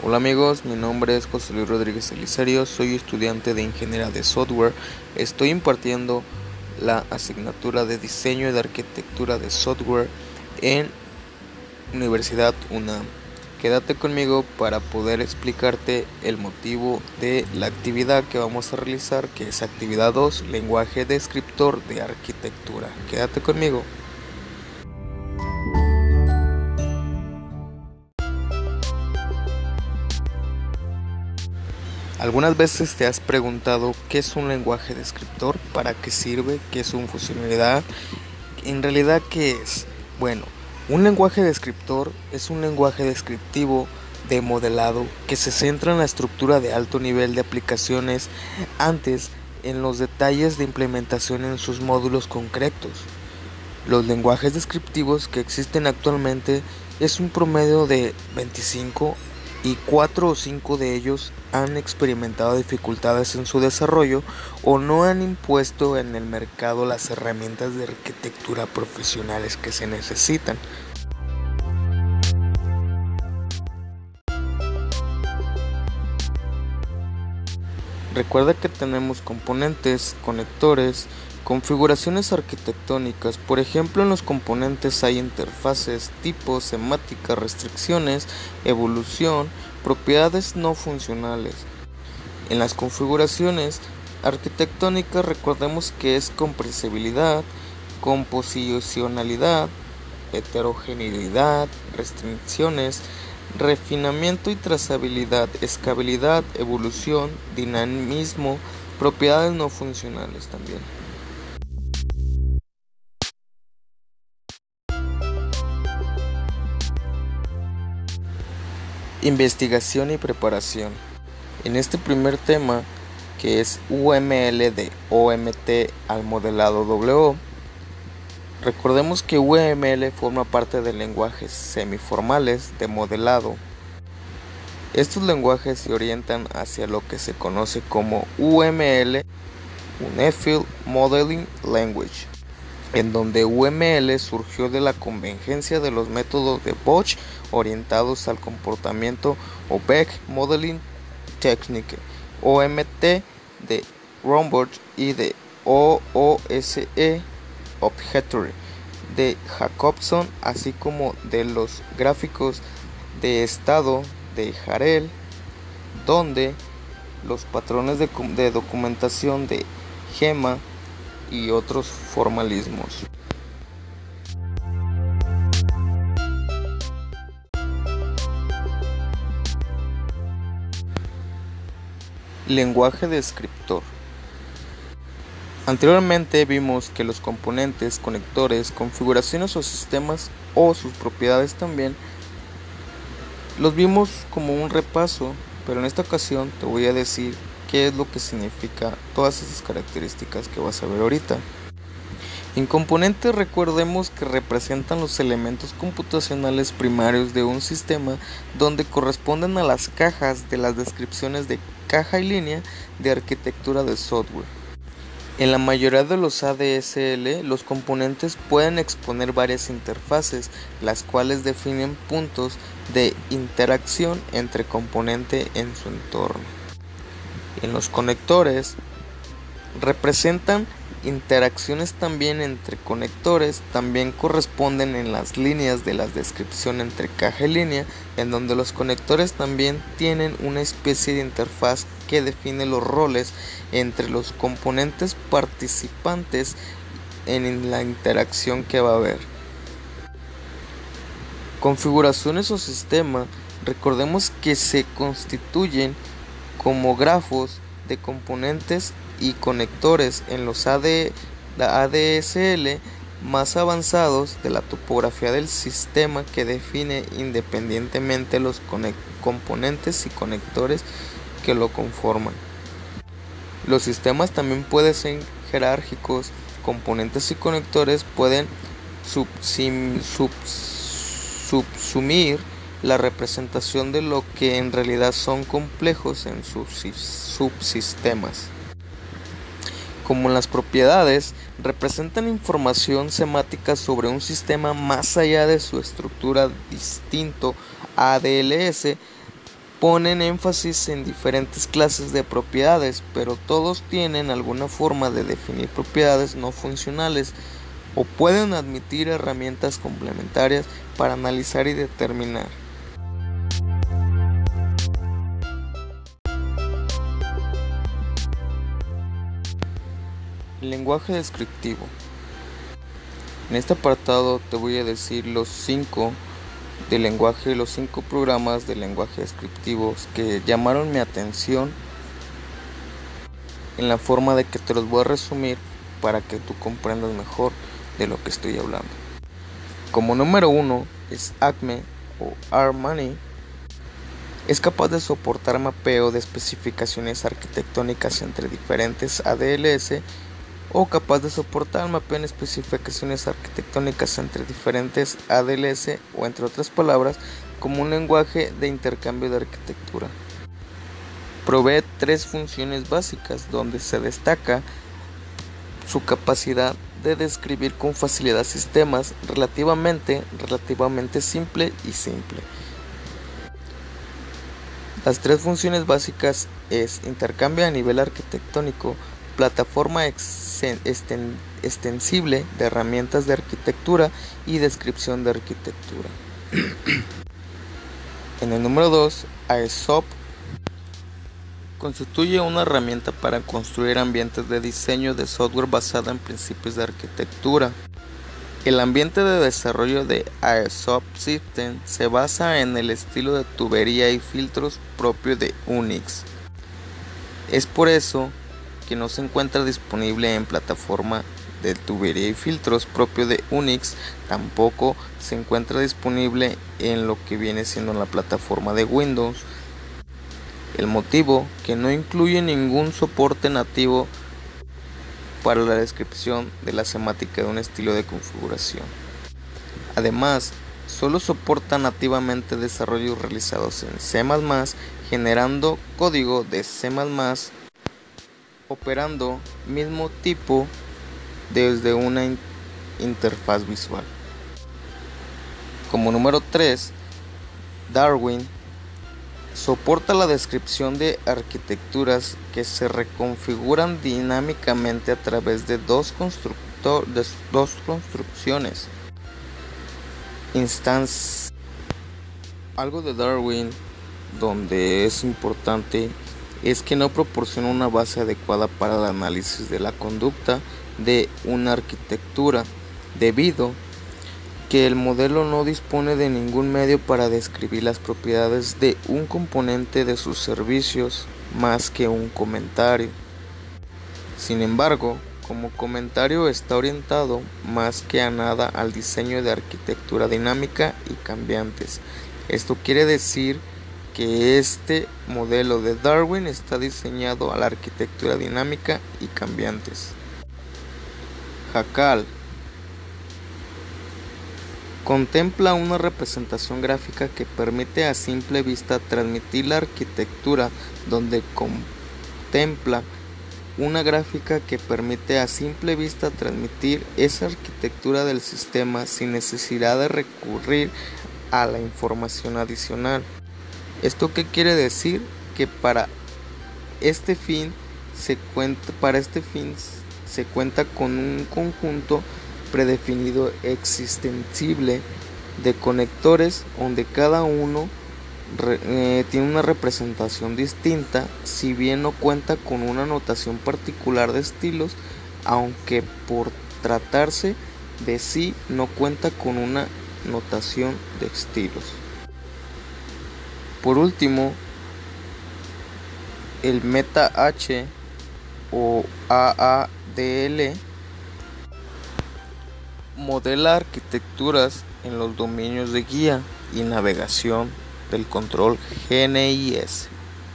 Hola amigos, mi nombre es José Luis Rodríguez Elizario, soy estudiante de Ingeniería de Software. Estoy impartiendo la asignatura de Diseño y de Arquitectura de Software en Universidad UNAM. Quédate conmigo para poder explicarte el motivo de la actividad que vamos a realizar, que es actividad 2, lenguaje descriptor de arquitectura. Quédate conmigo. ¿Algunas veces te has preguntado qué es un lenguaje descriptor? ¿Para qué sirve? ¿Qué es su funcionalidad? En realidad, ¿qué es? Bueno, un lenguaje descriptor es un lenguaje descriptivo de modelado que se centra en la estructura de alto nivel de aplicaciones antes en los detalles de implementación en sus módulos concretos. Los lenguajes descriptivos que existen actualmente es un promedio de 25 y 4 o 5 de ellos han experimentado dificultades en su desarrollo o no han impuesto en el mercado las herramientas de arquitectura profesionales que se necesitan. Recuerda que tenemos componentes, conectores, configuraciones arquitectónicas. Por ejemplo, en los componentes hay interfaces, tipos, semánticas, restricciones, evolución, propiedades no funcionales. En las configuraciones arquitectónicas recordemos que es comprensibilidad, composicionalidad, heterogeneidad, restricciones, refinamiento y trazabilidad, escalabilidad, evolución, dinamismo, propiedades no funcionales también. Investigación y preparación. En este primer tema, que es UML de OMT al modelado WO, recordemos que UML forma parte de lenguajes semiformales de modelado. Estos lenguajes se orientan hacia lo que se conoce como UML, Unified Modeling Language, en donde UML surgió de la convergencia de los métodos de Bosch orientados al comportamiento Object Modeling Technique, OMT de Rombach y de OOSE Objectory de Jacobson, así como de los gráficos de estado de Harel, donde los patrones de documentación de Gemma y otros formalismos. Lenguaje descriptor. Anteriormente vimos que los componentes, conectores, configuraciones o sistemas o sus propiedades también los vimos como un repaso, pero en esta ocasión te voy a decir qué es lo que significa todas esas características que vas a ver ahorita. En componentes recordemos que representan los elementos computacionales primarios de un sistema donde corresponden a las cajas de las descripciones de caja y línea de arquitectura de software. En la mayoría de los ADSL, los componentes pueden exponer varias interfaces, las cuales definen puntos de interacción entre componente en su entorno. En los conectores, representan interacciones también entre conectores, también corresponden en las líneas de la descripción entre caja y línea, en donde los conectores también tienen una especie de interfaz que define los roles entre los componentes participantes en la interacción que va a haber. Configuraciones o sistema, recordemos que se constituyen como grafos de componentes y conectores en los ADSL más avanzados de la topografía del sistema, que define independientemente los componentes y conectores que lo conforman. Los sistemas también pueden ser jerárquicos, componentes y conectores pueden subsumir la representación de lo que en realidad son complejos en sus subsistemas. Como las propiedades representan información semántica sobre un sistema más allá de su estructura distinto a ADLS, ponen énfasis en diferentes clases de propiedades, pero todos tienen alguna forma de definir propiedades no funcionales o pueden admitir herramientas complementarias para analizar y determinar. Lenguaje descriptivo. En este apartado te voy a decir los 5 programas de lenguaje descriptivos que llamaron mi atención en la forma de que te los voy a resumir para que tú comprendas mejor de lo que estoy hablando. Como número 1 es ACME o Armani. Es capaz de soportar mapeo de especificaciones arquitectónicas entre diferentes ADLS o capaz de soportar mapeo en especificaciones arquitectónicas entre diferentes ADLS o, entre otras palabras, como un lenguaje de intercambio de arquitectura. Provee 3 funciones básicas donde se destaca su capacidad de describir con facilidad sistemas relativamente simple y simple. Las 3 funciones básicas es intercambio a nivel arquitectónico, plataforma extensible de herramientas de arquitectura y descripción de arquitectura. En el número 2, AESOP constituye una herramienta para construir ambientes de diseño de software basada en principios de arquitectura. El ambiente de desarrollo de AESOP System se basa en el estilo de tubería y filtros propio de Unix. Es por eso que no se encuentra disponible en plataforma de tubería y filtros propio de Unix, tampoco se encuentra disponible en lo que viene siendo la plataforma de Windows. El motivo que no incluye ningún soporte nativo para la descripción de la semántica de un estilo de configuración. Además, solo soporta nativamente desarrollos realizados en C++, generando código de C++, operando mismo tipo desde una interfaz visual. Como número 3, Darwin soporta la descripción de arquitecturas que se reconfiguran dinámicamente a través de dos construcciones. Algo de Darwin donde es importante es que no proporciona una base adecuada para el análisis de la conducta de una arquitectura, debido que el modelo no dispone de ningún medio para describir las propiedades de un componente de sus servicios más que un comentario. Sin embargo, como comentario está orientado más que a nada al diseño de arquitectura dinámica y cambiantes. Esto quiere decir que este modelo de Darwin está diseñado a la arquitectura dinámica y cambiantes. Haskell contempla una representación gráfica que permite a simple vista transmitir la arquitectura, donde contempla una gráfica que permite a simple vista transmitir esa arquitectura del sistema sin necesidad de recurrir a la información adicional. ¿Esto qué quiere decir? Que para este fin se cuenta con un conjunto predefinido extensible de conectores donde cada uno tiene una representación distinta, si bien no cuenta con una notación particular de estilos, aunque por tratarse de sí no cuenta con una notación de estilos. Por último, el Meta-H o AADL modela arquitecturas en los dominios de guía y navegación del control GNSS.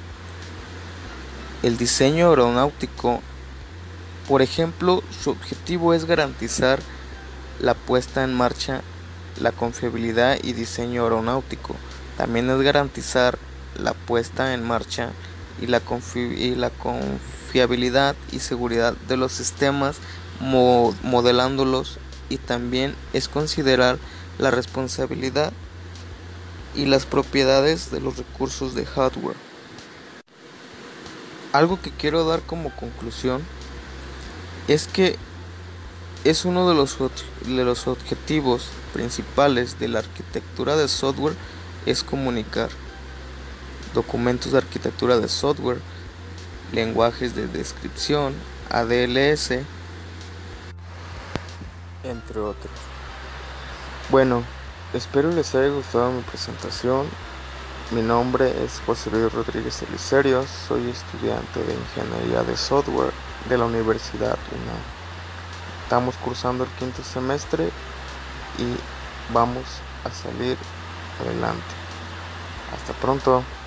El diseño aeronáutico, por ejemplo, su objetivo es garantizar la puesta en marcha, la confiabilidad y diseño aeronáutico. También es garantizar la puesta en marcha y la confiabilidad y seguridad de los sistemas modelándolos, y también es considerar la responsabilidad y las propiedades de los recursos de hardware. Algo que quiero dar como conclusión es que es uno de los objetivos principales de la arquitectura de software es comunicar documentos de arquitectura de software, lenguajes de descripción, ADLS, entre otros. Bueno, espero les haya gustado mi presentación. Mi nombre es José Luis Rodríguez Eliserio, soy estudiante de Ingeniería de Software de la Universidad UNAM. Estamos cursando el 5º semestre y vamos a salir adelante. Hasta pronto.